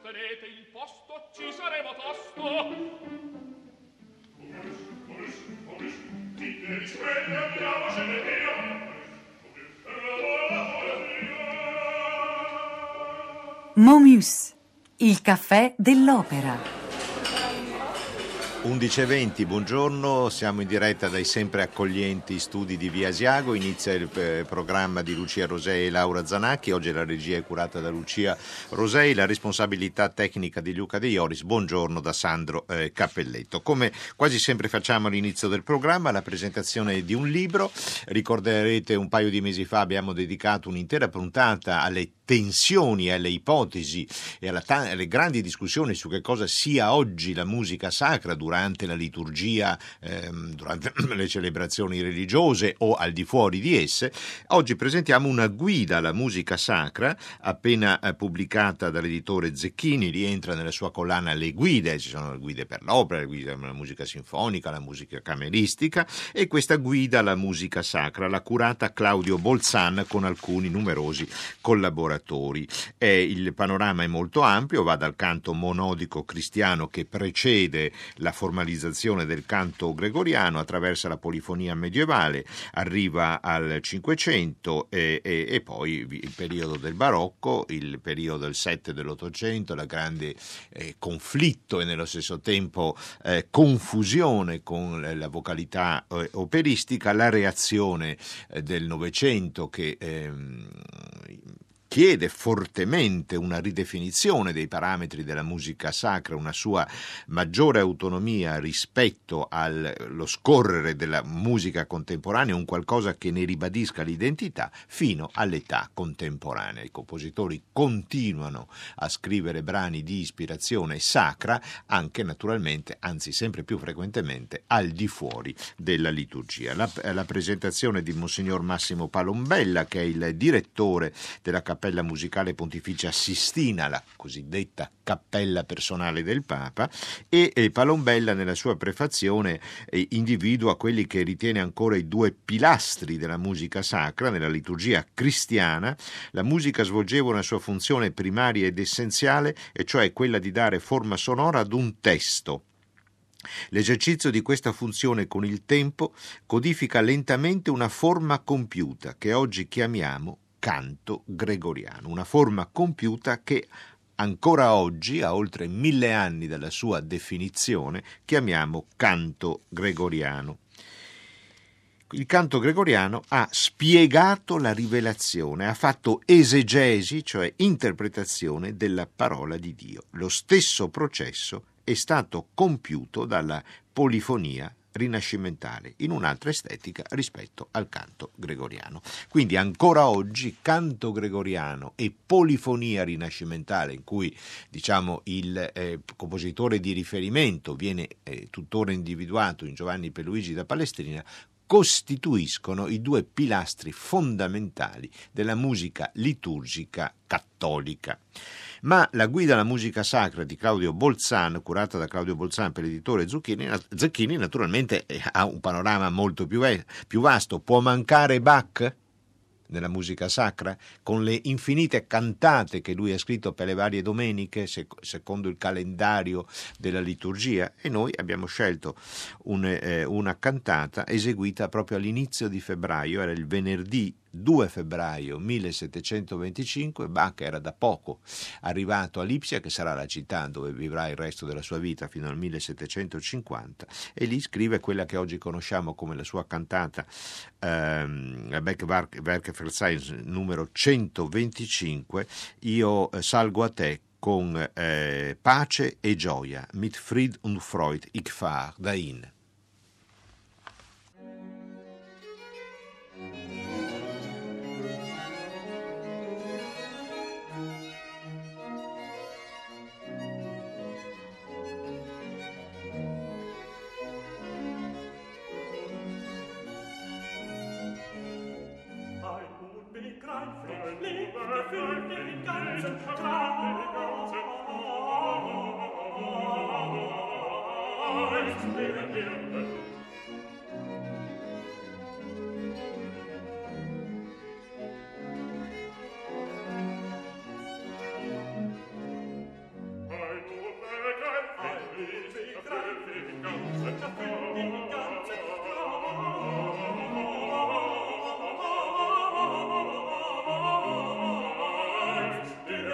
tenete il posto, ci saremo tosto. Momus, il caffè dell'opera. 11:20, buongiorno, siamo in diretta dai sempre accoglienti studi di Via Asiago, inizia il programma di Lucia Rosei e Laura Zanacchi, oggi la regia è curata da Lucia Rosei, la responsabilità tecnica di Luca De Ioris, buongiorno da Sandro Cappelletto. Come quasi sempre facciamo all'inizio del programma, la presentazione di un libro, ricorderete un paio di mesi fa abbiamo dedicato un'intera puntata alle tensioni, alle ipotesi e alle grandi discussioni su che cosa sia oggi la musica sacra durante la liturgia, durante le celebrazioni religiose o al di fuori di esse. Oggi presentiamo una guida alla musica sacra appena pubblicata dall'editore Zecchini, rientra nella sua collana Le Guide, ci sono le guide per l'opera, le guide per la musica sinfonica, la musica cameristica, e questa guida alla musica sacra l'ha curata Claudio Bolzan con alcuni numerosi collaboratori. Il panorama è molto ampio, va dal canto monodico cristiano che precede la formalizzazione del canto gregoriano, attraversa la polifonia medievale, arriva al Cinquecento e poi il periodo del barocco, il periodo del 7 dell'Ottocento, la grande conflitto e nello stesso tempo confusione con la vocalità operistica, la reazione del Novecento che chiede fortemente una ridefinizione dei parametri della musica sacra, una sua maggiore autonomia rispetto allo scorrere della musica contemporanea, un qualcosa che ne ribadisca l'identità fino all'età contemporanea. I compositori continuano a scrivere brani di ispirazione sacra, anche naturalmente, anzi sempre più frequentemente, al di fuori della liturgia. La presentazione di Monsignor Massimo Palombella, che è il direttore della Cappella Musicale Pontificia Sistina, la cosiddetta cappella personale del Papa, e Palombella nella sua prefazione individua quelli che ritiene ancora i due pilastri della musica sacra. Nella liturgia cristiana la musica svolgeva una sua funzione primaria ed essenziale, e cioè quella di dare forma sonora ad un testo. L'esercizio di questa funzione con il tempo codifica lentamente una forma compiuta che oggi chiamiamo canto gregoriano, una forma compiuta che ancora oggi, a oltre 1000 anni dalla sua definizione, chiamiamo canto gregoriano. Il canto gregoriano ha spiegato la rivelazione, ha fatto esegesi, cioè interpretazione della parola di Dio. Lo stesso processo è stato compiuto dalla polifonia rinascimentale in un'altra estetica rispetto al canto gregoriano. Quindi ancora oggi canto gregoriano e polifonia rinascimentale, in cui il compositore di riferimento viene tuttora individuato in Giovanni Pierluigi da Palestrina, costituiscono i due pilastri fondamentali della musica liturgica cattolica. Ma la guida alla musica sacra di Claudio Bolzan, curata da Claudio Bolzan per l'editore Zecchini, naturalmente ha un panorama molto più vasto. Può mancare Bach nella musica sacra, con le infinite cantate che lui ha scritto per le varie domeniche secondo il calendario della liturgia, e noi abbiamo scelto una cantata eseguita proprio all'inizio di febbraio, era il venerdì 2 febbraio 1725, Bach era da poco arrivato a Lipsia, che sarà la città dove vivrà il resto della sua vita fino al 1750, e lì scrive quella che oggi conosciamo come la sua cantata Beck-Werke-Verzeichnis numero 125, Io salgo a te con pace e gioia, mit Fried und Freud, ich fahr dahin.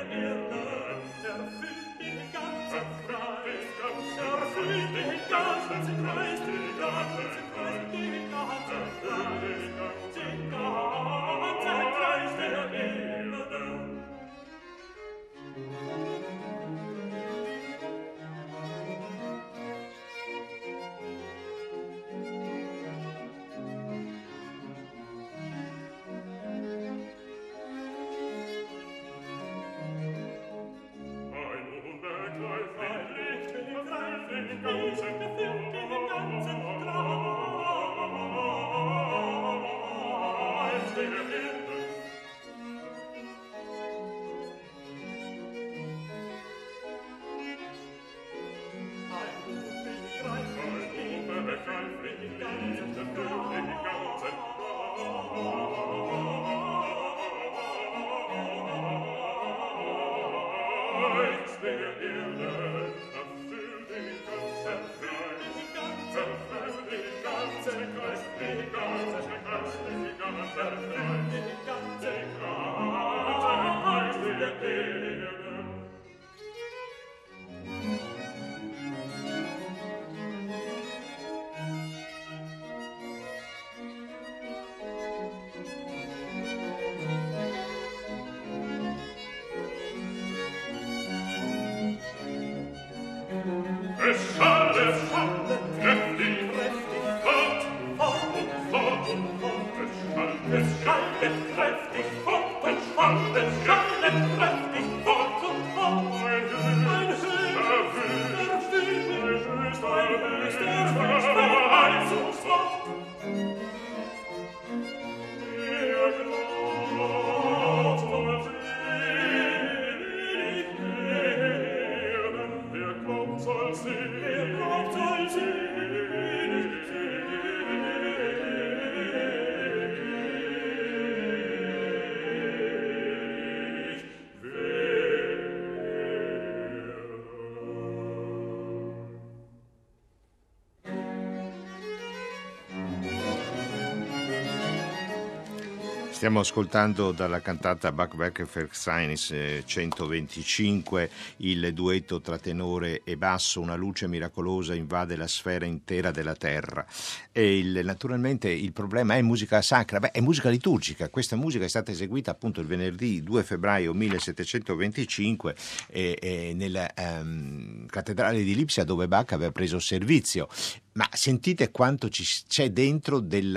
Stiamo ascoltando dalla cantata Bach-Becker Verzeichnis 125 il duetto tra tenore e basso, Una luce miracolosa invade la sfera intera della terra. Naturalmente il problema è musica sacra, è musica liturgica. Questa musica è stata eseguita appunto il venerdì 2 febbraio 1725 nella cattedrale di Lipsia, dove Bach aveva preso servizio. Ma sentite quanto c'è dentro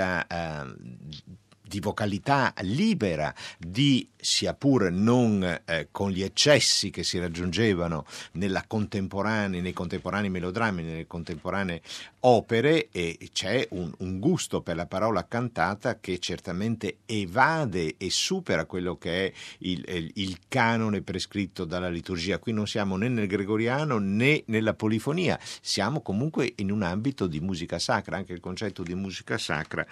di vocalità libera, sia pur non con gli eccessi che si raggiungevano nei contemporanei melodrammi, nelle contemporanee opere, e c'è un gusto per la parola cantata che certamente evade e supera quello che è il canone prescritto dalla liturgia. Qui non siamo né nel gregoriano né nella polifonia, siamo comunque in un ambito di musica sacra. Anche il concetto di musica sacra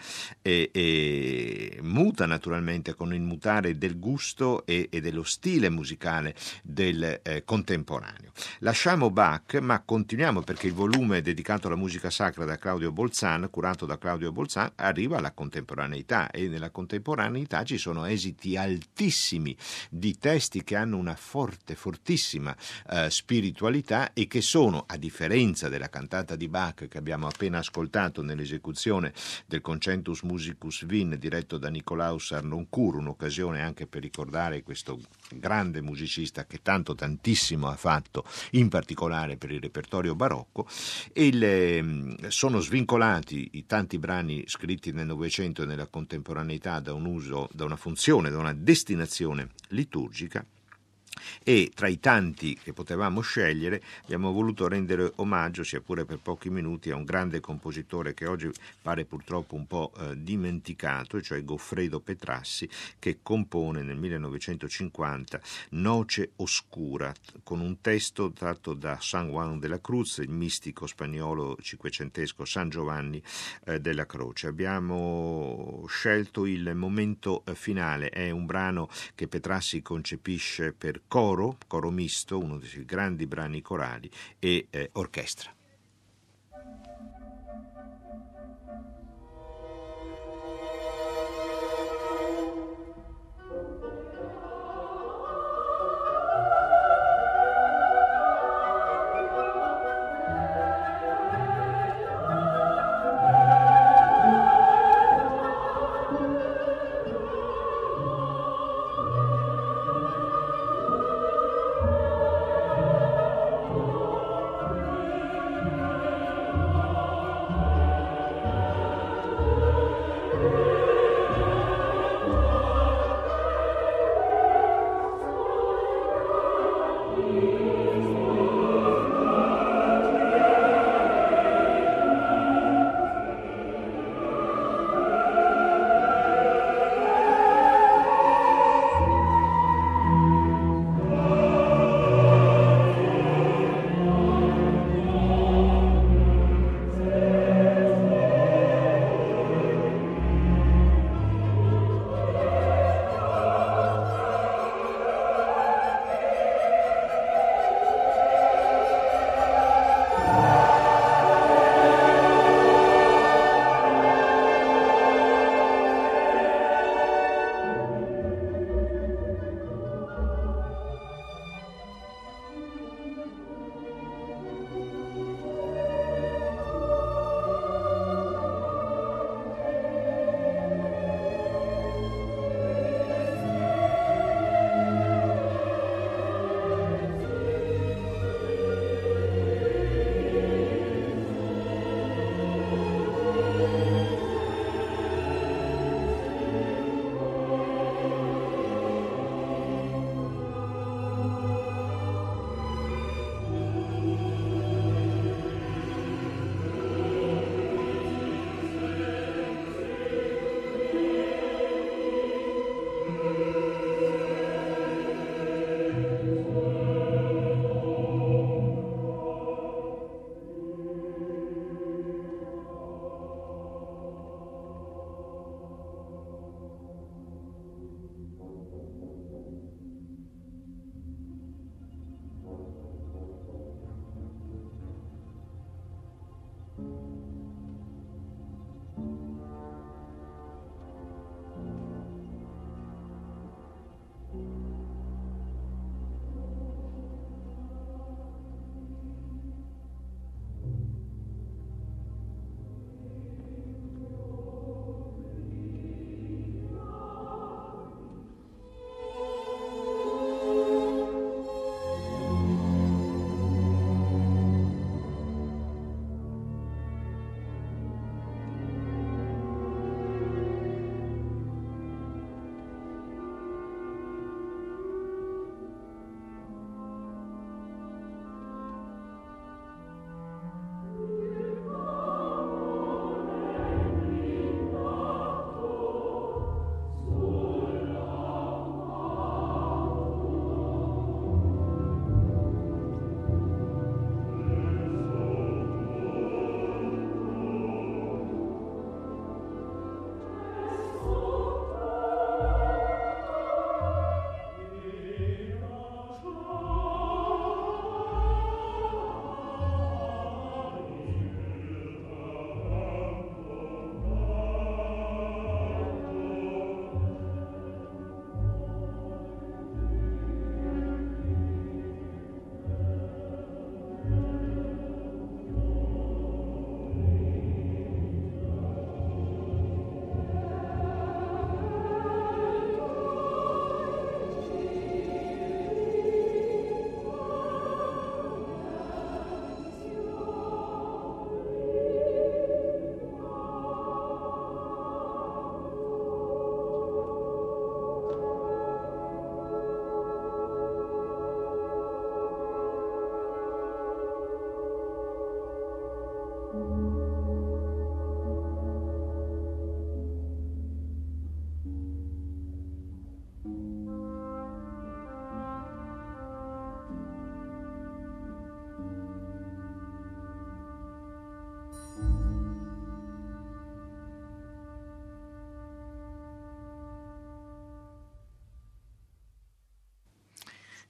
muta naturalmente con il mutare del gusto e dello stile musicale del contemporaneo. Lasciamo Bach, ma continuiamo, perché il volume dedicato alla musica sacra da Claudio Bolzan, curato da Claudio Bolzan, arriva alla contemporaneità, e nella contemporaneità ci sono esiti altissimi di testi che hanno una fortissima spiritualità, e che sono, a differenza della cantata di Bach che abbiamo appena ascoltato nell'esecuzione del Concentus Musicus Wien diretto da Nicolaus Arnoncourt, un'occasione anche per ricordare questo grande musicista che tantissimo ha fatto, in particolare per il repertorio barocco. Sono svincolati i tanti brani scritti nel Novecento e nella contemporaneità da un uso, da una funzione, da una destinazione liturgica. E tra i tanti che potevamo scegliere abbiamo voluto rendere omaggio, sia pure per pochi minuti, a un grande compositore che oggi pare purtroppo un po' dimenticato, cioè Goffredo Petrassi, che compone nel 1950 Noce Oscura, con un testo tratto da San Juan de la Cruz, il mistico spagnolo cinquecentesco San Giovanni della Croce. Abbiamo scelto il momento finale, è un brano che Petrassi concepisce per coro misto, uno dei suoi grandi brani corali, e orchestra.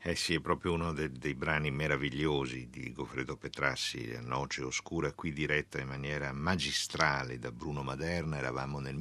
Eh sì, è proprio uno dei brani meravigliosi di Goffredo Petrassi, Noce Oscura, qui diretta in maniera magistrale da Bruno Maderna. Eravamo nel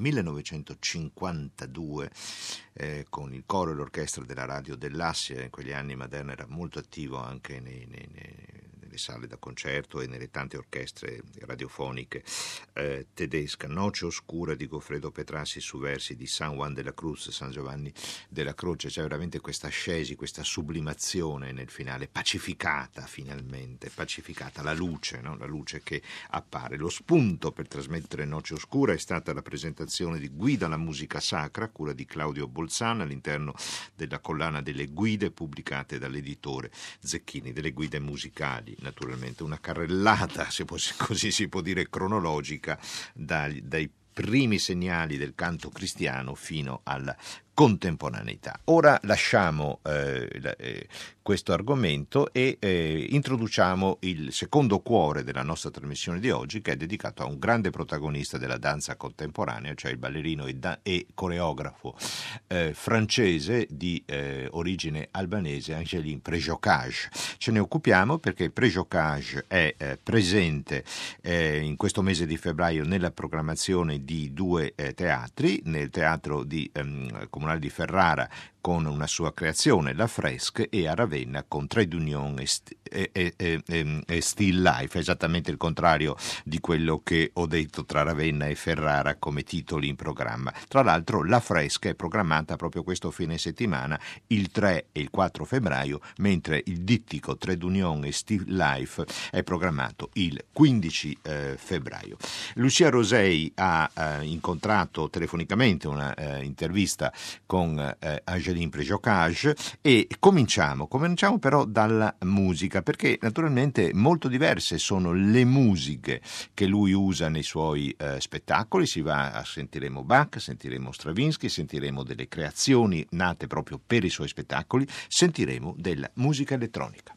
1952 con il coro e l'orchestra della Radio dell'Assia. In quegli anni Maderna era molto attivo anche nelle sale da concerto e nelle tante orchestre radiofoniche tedesche. Noce Oscura di Goffredo Petrassi su versi di San Juan de la Cruz, San Giovanni della Croce. C'è veramente questa ascesi, questa sublimazione nel finale, pacificata finalmente, pacificata, la luce, no? La luce che appare. Lo spunto per trasmettere Noce Oscura è stata la presentazione di Guida alla musica sacra, cura di Claudio Bolzan, all'interno della collana delle guide pubblicate dall'editore Zecchini, delle guide musicali, naturalmente una carrellata, se così si può dire, cronologica dai primi segnali del canto cristiano fino alla contemporaneità. Ora lasciamo questo argomento e introduciamo il secondo cuore della nostra trasmissione di oggi, che è dedicato a un grande protagonista della danza contemporanea, cioè il ballerino e coreografo francese di origine albanese Angelin Préjocage. Ce ne occupiamo perché Préjocage è presente in questo mese di febbraio nella programmazione di due teatri, nel teatro comunale di Ferrara con una sua creazione, La Fresque, e a Ravenna con Trade Union e Still Life, esattamente il contrario di quello che ho detto tra Ravenna e Ferrara come titoli in programma. Tra l'altro La Fresque è programmata proprio questo fine settimana, il 3 e il 4 febbraio, mentre il dittico Trade Union e Still Life è programmato il 15 febbraio. Lucia Rosei ha incontrato telefonicamente una intervista con Angelin Préjocage e cominciamo però dalla musica, perché naturalmente molto diverse sono le musiche che lui usa nei suoi spettacoli. Sentiremo Bach, sentiremo Stravinsky, sentiremo delle creazioni nate proprio per i suoi spettacoli, sentiremo della musica elettronica.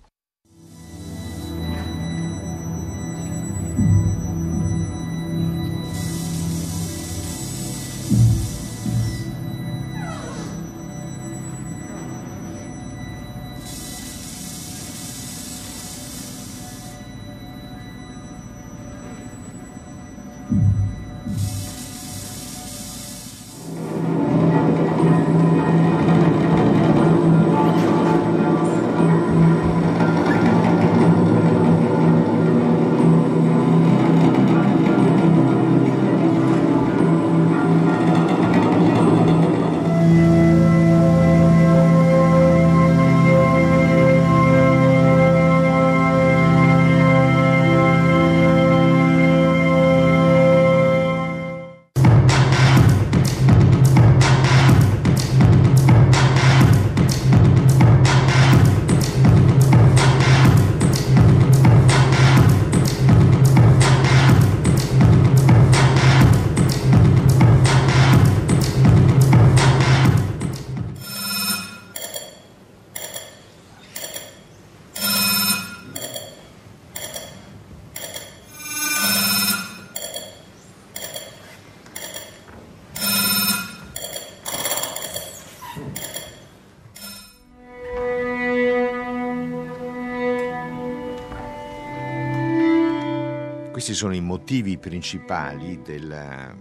Questi sono i motivi principali della,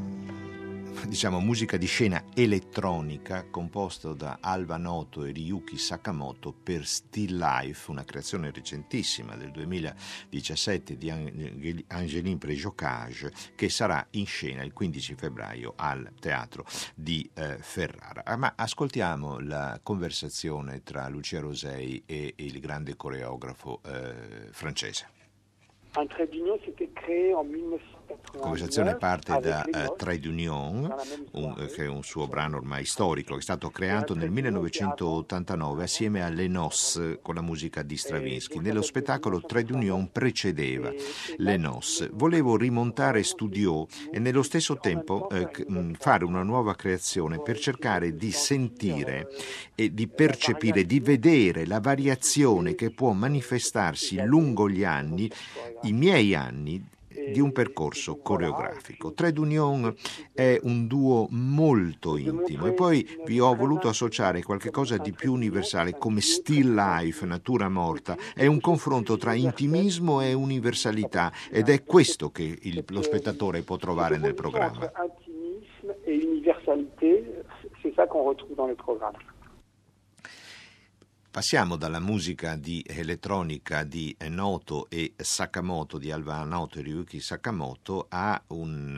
musica di scena elettronica composta da Alba Noto e Ryuki Sakamoto per Still Life, una creazione recentissima del 2017 di Angelin Préjocage, che sarà in scena il 15 febbraio al Teatro di Ferrara. Ma ascoltiamo la conversazione tra Lucia Rosei e il grande coreografo francese. Un trait d'union s'était créé en 1989. La conversazione parte da Trade Union, che è un suo brano ormai storico, che è stato creato nel 1989 assieme alle Nos con la musica di Stravinsky. Nello spettacolo Trade Union precedeva le Nos. Volevo rimontare Studio e nello stesso tempo fare una nuova creazione per cercare di sentire e di percepire, di vedere la variazione che può manifestarsi lungo gli anni, i miei anni, di un percorso coreografico. Trait d'Union è un duo molto intimo e poi vi ho voluto associare qualche cosa di più universale come Still Life, natura morta. È un confronto tra intimismo e universalità ed è questo che lo spettatore può trovare nel programma. Intimisme et universalité, c'est ça qu'on retrouve dans le programme. Passiamo dalla musica di elettronica di Noto e Sakamoto, di Alba Noto e Ryuki Sakamoto, a un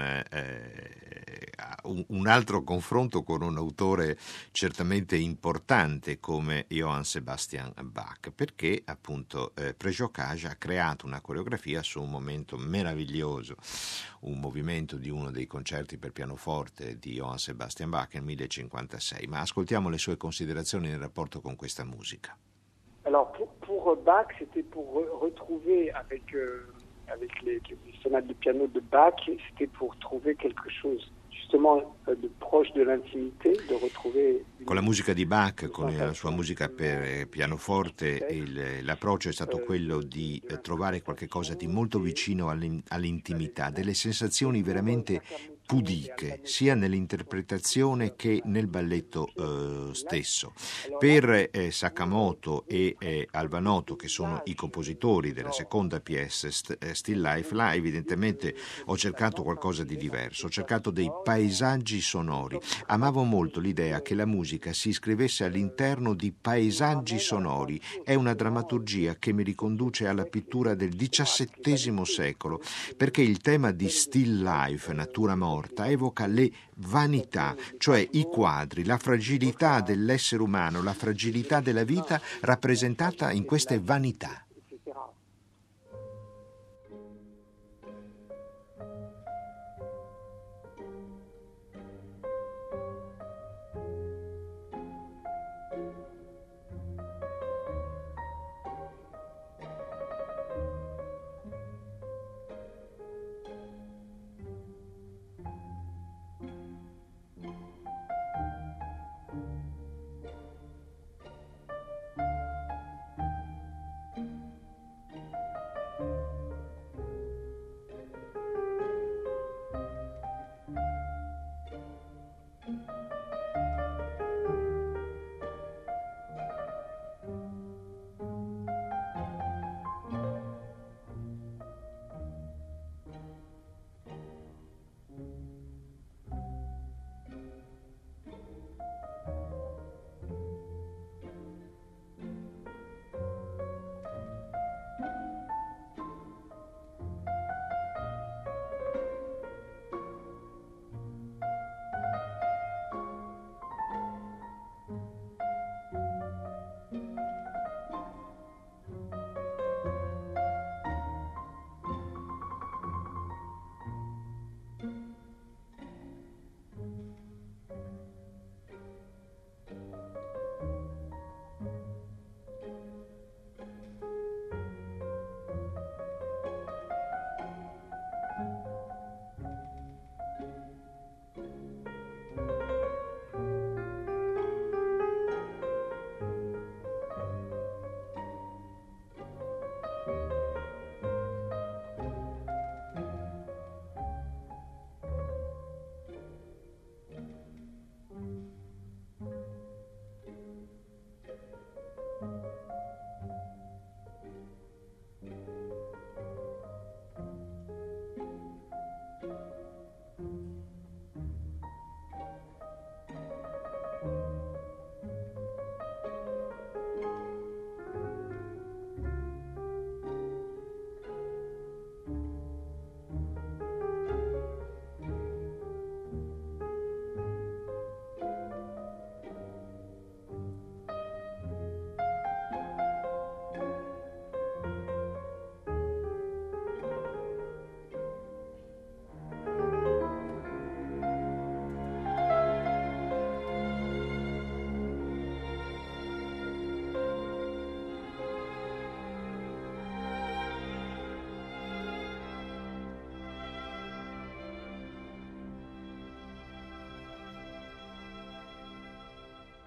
altro confronto con un autore certamente importante come Johann Sebastian Bach, perché appunto Przekaz ha creato una coreografia su un momento meraviglioso, un movimento di uno dei concerti per pianoforte di Johann Sebastian Bach nel 1056, ma ascoltiamo le sue considerazioni in rapporto con questa musica. Alors pour Bach, c'était pour retrouver avec les sonates de piano de Bach, c'était pour trouver quelque chose justement de proche de l'intimité, de retrouver... Con la musica di Bach, con la sua musica per pianoforte, l'approccio è stato quello di trovare qualche cosa di molto vicino all'intimità, delle sensazioni veramente pudiche, sia nell'interpretazione che nel balletto stesso. Per Sakamoto e Alba Noto, che sono i compositori della seconda pièce Still Life, là evidentemente ho cercato qualcosa di diverso, ho cercato dei paesaggi sonori. Amavo molto l'idea che la musica si iscrivesse all'interno di paesaggi sonori. È una drammaturgia che mi riconduce alla pittura del XVII secolo, perché il tema di Still Life, natura morta, evoca le vanità, cioè i quadri, la fragilità dell'essere umano, la fragilità della vita rappresentata in queste vanità.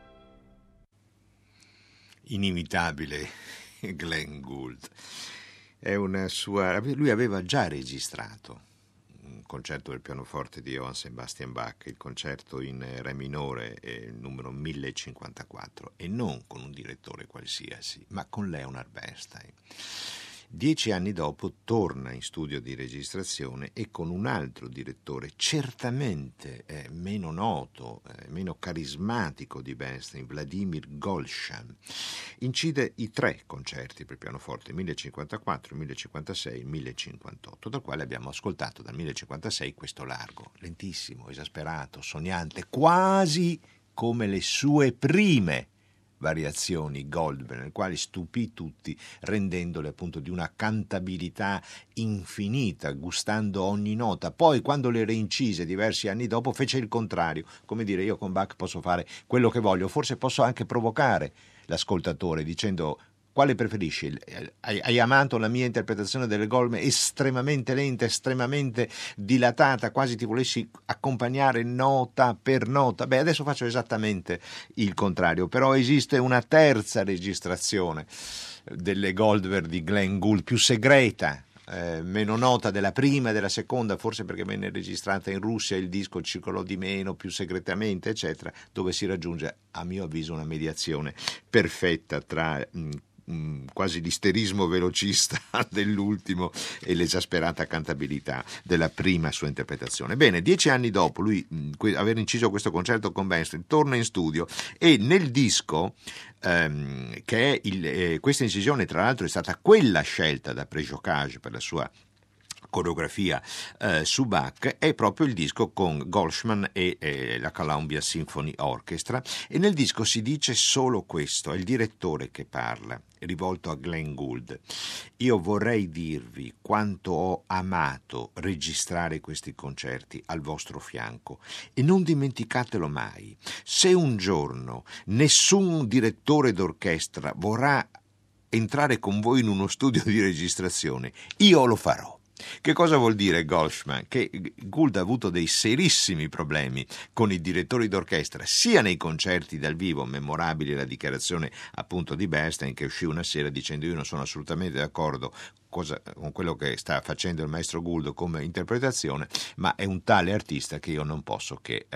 Inimitabile Glenn Gould. Lui aveva già registrato un concerto del pianoforte di Johann Sebastian Bach, il concerto in re minore, il numero 1054, e non con un direttore qualsiasi, ma con Leonard Bernstein. 10 anni dopo torna in studio di registrazione e con un altro direttore certamente meno noto, meno carismatico di Bernstein, Vladimir Golshan, incide i 3 concerti per pianoforte, 1054, 1056 e 1058, dal quale abbiamo ascoltato dal 1056 questo largo, lentissimo, esasperato, sognante, quasi come le sue prime variazioni Goldberg, nel quale stupì tutti, rendendole appunto di una cantabilità infinita, gustando ogni nota. Poi, quando le reincise diversi anni dopo, fece il contrario, come dire: io con Bach posso fare quello che voglio, forse posso anche provocare l'ascoltatore dicendo: quale preferisci? Hai amato la mia interpretazione delle Goldberg estremamente lenta, estremamente dilatata, quasi ti volessi accompagnare nota per nota? Beh, adesso faccio esattamente il contrario, però esiste una terza registrazione delle Goldberg di Glenn Gould, più segreta, meno nota della prima e della seconda, forse perché venne registrata in Russia, il disco circolò di meno, più segretamente, eccetera, dove si raggiunge, a mio avviso, una mediazione perfetta tra quasi l'isterismo velocista dell'ultimo e l'esasperata cantabilità della prima sua interpretazione. Bene, 10 anni dopo lui aver inciso questo concerto con Bernstein, torna in studio e nel disco che è questa incisione, tra l'altro, è stata quella scelta da Prejocage per la sua coreografia su Bach, è proprio il disco con Goldschman e la Columbia Symphony Orchestra, e nel disco si dice solo questo, è il direttore che parla, rivolto a Glenn Gould: io vorrei dirvi quanto ho amato registrare questi concerti al vostro fianco, e non dimenticatelo mai. Se un giorno nessun direttore d'orchestra vorrà entrare con voi in uno studio di registrazione, io lo farò. Che cosa vuol dire Goldschman? Che Gould ha avuto dei serissimi problemi con i direttori d'orchestra, sia nei concerti dal vivo, memorabile la dichiarazione appunto di Bernstein, che uscì una sera dicendo: io non sono assolutamente d'accordo con quello che sta facendo il maestro Gould come interpretazione, ma è un tale artista che io non posso che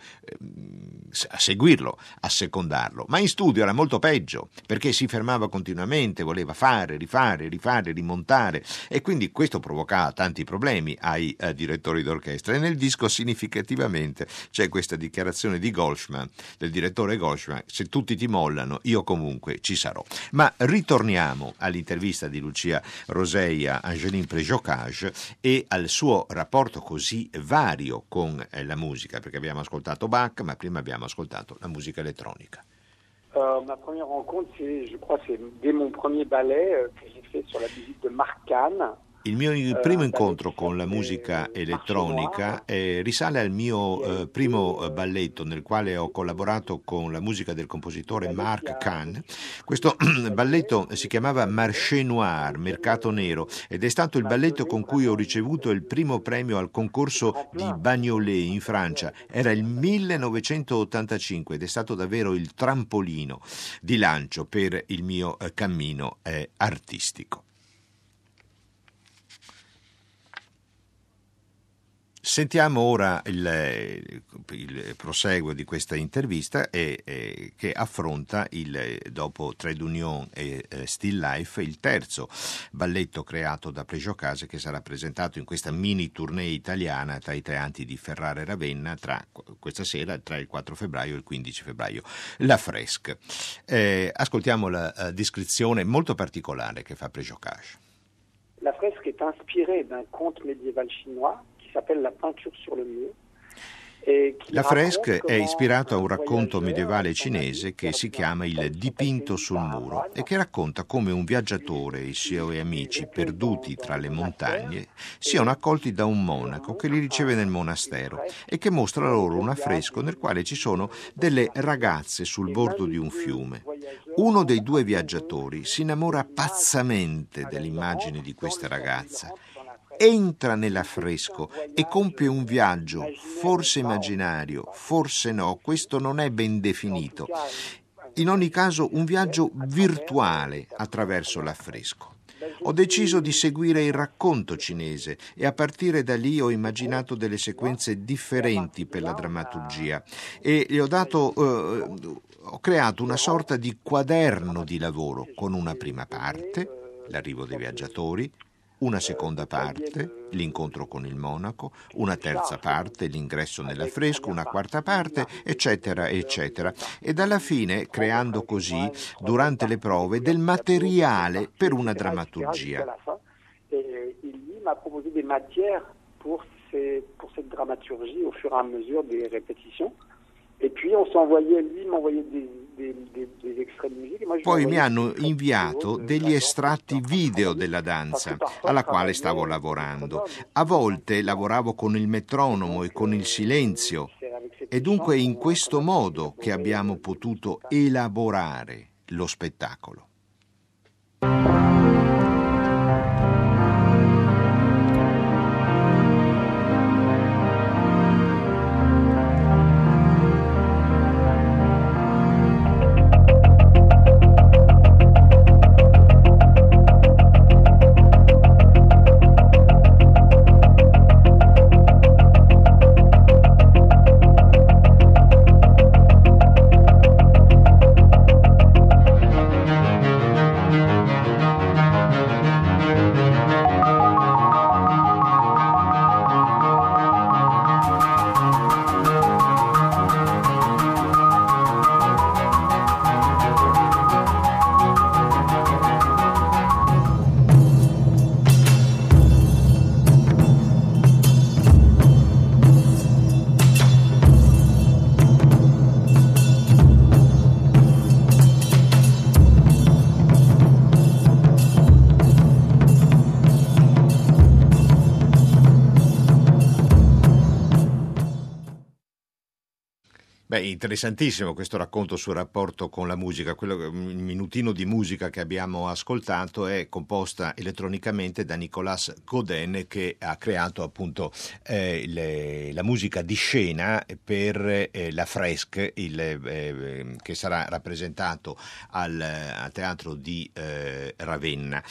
seguirlo, assecondarlo. Ma in studio era molto peggio, perché si fermava continuamente, voleva fare, rifare, rimontare, e quindi questo provocava tanti problemi ai direttori d'orchestra. E nel disco significativamente c'è questa dichiarazione di Goldschman, del direttore Goldschman: se tutti ti mollano, io comunque ci sarò. Ma ritorniamo all'intervista di Lucia Rosei a Angeline Prejocage e al suo rapporto così vario con la musica, perché abbiamo ascoltato Bach, ma prima abbiamo ascoltato la musica elettronica. Ma première rencontre, je crois, c'est dès mon premier ballet que j'ai fait sur la musique de Marc Kahn. Il mio primo incontro con la musica elettronica risale al mio primo balletto, nel quale ho collaborato con la musica del compositore Marc Kahn. Questo balletto si chiamava Marché Noir, Mercato Nero, ed è stato il balletto con cui ho ricevuto il primo premio al concorso di Bagnolet in Francia. Era il 1985 ed è stato davvero il trampolino di lancio per il mio cammino artistico. Sentiamo ora il proseguo di questa intervista che affronta dopo Trait d'Union e Still Life, il terzo balletto creato da Prejocage, che sarà presentato in questa mini tournée italiana tra i teatri di Ferrara e Ravenna questa sera, tra il 4 febbraio e il 15 febbraio. La Fresque. Ascoltiamo la descrizione molto particolare che fa Prejocage. La Fresque est inspirée d'un conte médiéval chinois s'appelle La peinture sur le mur. La Fresque è ispirato a un racconto medievale cinese che si chiama Il dipinto sul muro e che racconta come un viaggiatore e i suoi amici, perduti tra le montagne, siano accolti da un monaco che li riceve nel monastero e che mostra loro un affresco nel quale ci sono delle ragazze sul bordo di un fiume. Uno dei due viaggiatori si innamora pazzamente dell'immagine di questa ragazza, entra nell'affresco e compie un viaggio, forse immaginario, forse no, questo non è ben definito. In ogni caso, un viaggio virtuale attraverso l'affresco. Ho deciso di seguire il racconto cinese e a partire da lì ho immaginato delle sequenze differenti per la drammaturgia e gli ho creato una sorta di quaderno di lavoro con una prima parte, l'arrivo dei viaggiatori, una seconda parte, l'incontro con il monaco, una terza parte, l'ingresso nell'affresco, una quarta parte, eccetera, eccetera. E alla fine, creando così, durante le prove, del materiale per una drammaturgia. E lui m'a proposé des matières pour cette dramaturgie au fur et à mesure des répétitions. Et puis on s'envoyait, lui m'envoyait des extraits de musique. Poi mi hanno inviato degli estratti video della danza alla quale stavo lavorando. A volte lavoravo con il metronomo e con il silenzio. È dunque in questo modo che abbiamo potuto elaborare lo spettacolo. Beh, interessantissimo questo racconto sul rapporto con la musica. Il minutino di musica che abbiamo ascoltato è composta elettronicamente da Nicolas Godin, che ha creato appunto la musica di scena per la Fresque, che sarà rappresentato al teatro di Ravenna.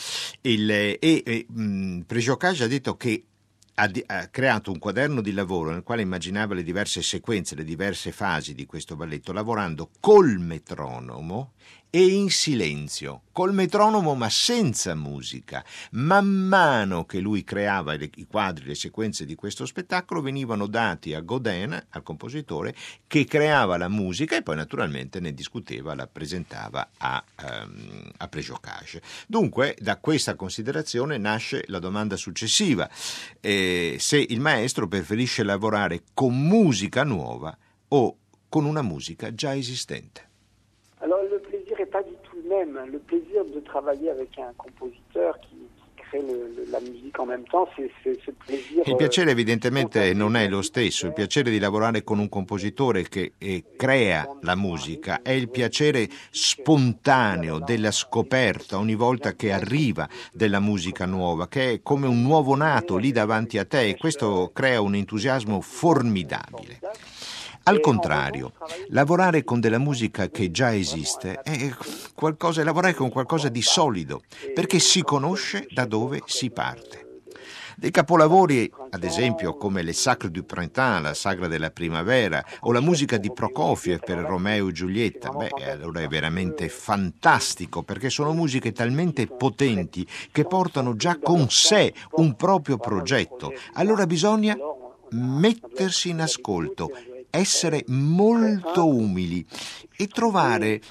Préjocage ha detto che ha creato un quaderno di lavoro nel quale immaginava le diverse sequenze, le diverse fasi di questo balletto, lavorando col metronomo e in silenzio, col metronomo ma senza musica. Man mano che lui creava i quadri, le sequenze di questo spettacolo, venivano dati a Godin, al compositore, che creava la musica e poi naturalmente ne discuteva, la presentava a Préjocage. Dunque, da questa considerazione nasce la domanda successiva: se il maestro preferisce lavorare con musica nuova o con una musica già esistente. Alors le plaisir n'est pas du tout le même. Le plaisir de travailler avec un compositeur qui crée la musique en même temps, c'est ce plaisir. Il piacere evidentemente non è lo stesso. Il piacere di lavorare con un compositore che crea la musica è il piacere spontaneo della scoperta ogni volta che arriva della musica nuova, che è come un nuovo nato lì davanti a te, e questo crea un entusiasmo formidabile. Al contrario, lavorare con della musica che già esiste è lavorare con qualcosa di solido, perché si conosce da dove si parte. Dei capolavori, ad esempio, come le Sacre du Printemps, la Sagra della Primavera, o la musica di Prokofiev per Romeo e Giulietta, allora è veramente fantastico, perché sono musiche talmente potenti che portano già con sé un proprio progetto. Allora bisogna mettersi in ascolto, essere molto umili e trovare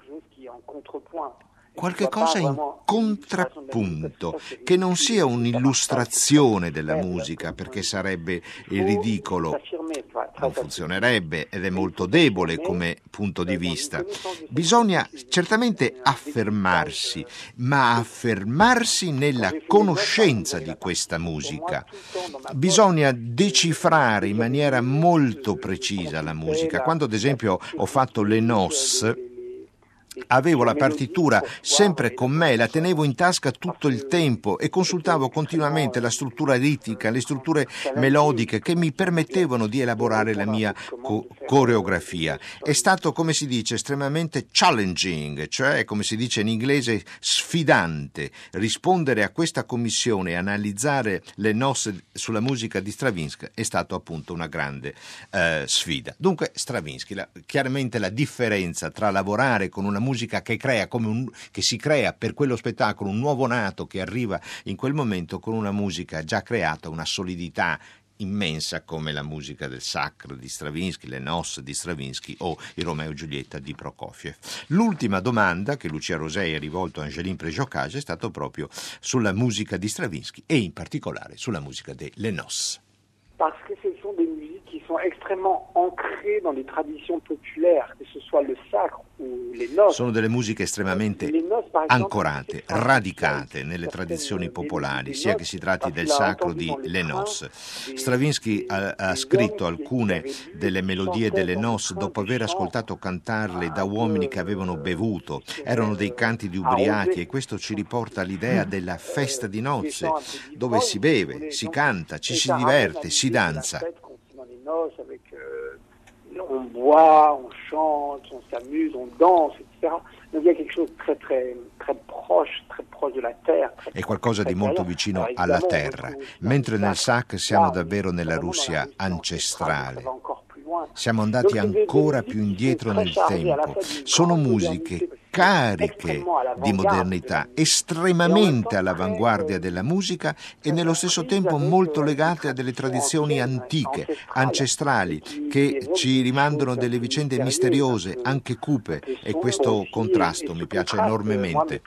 qualche cosa in contrappunto, che non sia un'illustrazione della musica, perché sarebbe ridicolo, non funzionerebbe ed è molto debole come punto di vista. Bisogna certamente affermarsi, ma affermarsi nella conoscenza di questa musica. Bisogna decifrare in maniera molto precisa la musica. Quando ad esempio ho fatto Le Noces, Avevo la partitura sempre con me, la tenevo in tasca tutto il tempo e consultavo continuamente la struttura ritmica, le strutture melodiche che mi permettevano di elaborare la mia coreografia. È stato, come si dice, estremamente challenging, cioè, come si dice in inglese, sfidante. Rispondere a questa commissione e analizzare le nosse sulla musica di Stravinsky è stato appunto una grande sfida. Dunque Stravinsky, chiaramente la differenza tra lavorare con una musica che crea che si crea per quello spettacolo, un nuovo nato che arriva in quel momento, con una musica già creata, una solidità immensa come la musica del Sacro di Stravinsky, le Nosse di Stravinsky o il Romeo e Giulietta di Prokofiev. L'ultima domanda che Lucia Rosei ha rivolto a Angeline Préjocage è stata proprio sulla musica di Stravinsky e in particolare sulla musica delle Nosse. Parce que ce sont des musiques qui sont extrêmement ancrées dans les traditions populaires, que ce soit le sacre ou les noces. Sono delle musiche estremamente ancorate, radicate nelle tradizioni popolari, sia che si tratti del sacro di Le Noces. Stravinsky ha scritto alcune delle melodie delle Noces dopo aver ascoltato cantarle da uomini che avevano bevuto. Erano dei canti di ubriachi e questo ci riporta all'idea della festa di nozze, dove si beve, si canta, ci si diverte, si danza. On boit, on chante, on s'amuse, on danse, etc. Donc il y a quelque chose de très proche de la terre. È qualcosa di molto vicino alla terra, mentre nel Sac siamo davvero nella Russia ancestrale. Siamo andati ancora più indietro nel tempo. Sono musiche cariche di modernità, estremamente all'avanguardia della musica e nello stesso tempo molto legate a delle tradizioni antiche, ancestrali, che ci rimandano delle vicende misteriose, anche cupe, e questo contrasto mi piace enormemente.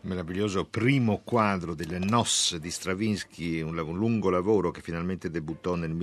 Meraviglioso primo quadro delle Nos di Stravinsky, un lungo lavoro che finalmente debuttò nel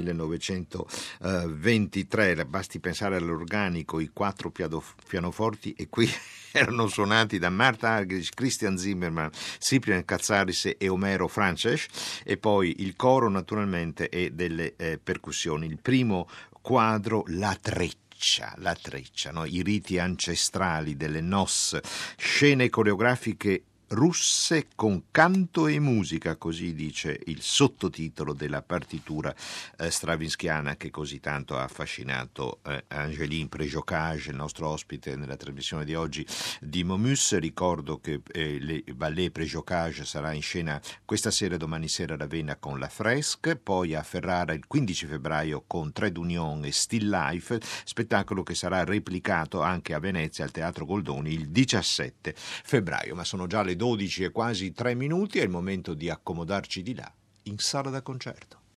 1923. Basti pensare all'organico, i 4 pianoforti, e qui erano suonati da Martha Argerich, Christian Zimmermann, Cyprian Katsaris e Omero Frances, e poi il coro naturalmente e delle percussioni. Il primo quadro, La Treccia, no? I riti ancestrali delle Nos, scene coreografiche russe con canto e musica, così dice il sottotitolo della partitura stravinskiana che così tanto ha affascinato Angeline Préjocage, il nostro ospite nella trasmissione di oggi di Momus. Ricordo che le Ballet Préjocage sarà in scena questa sera e domani sera a Ravenna con la Fresque, poi a Ferrara il 15 febbraio con Trait d'Union e Still Life, spettacolo che sarà replicato anche a Venezia al Teatro Goldoni il 17 febbraio. Ma sono già le 12 e quasi 3 minuti, è il momento di accomodarci di là, in sala da concerto.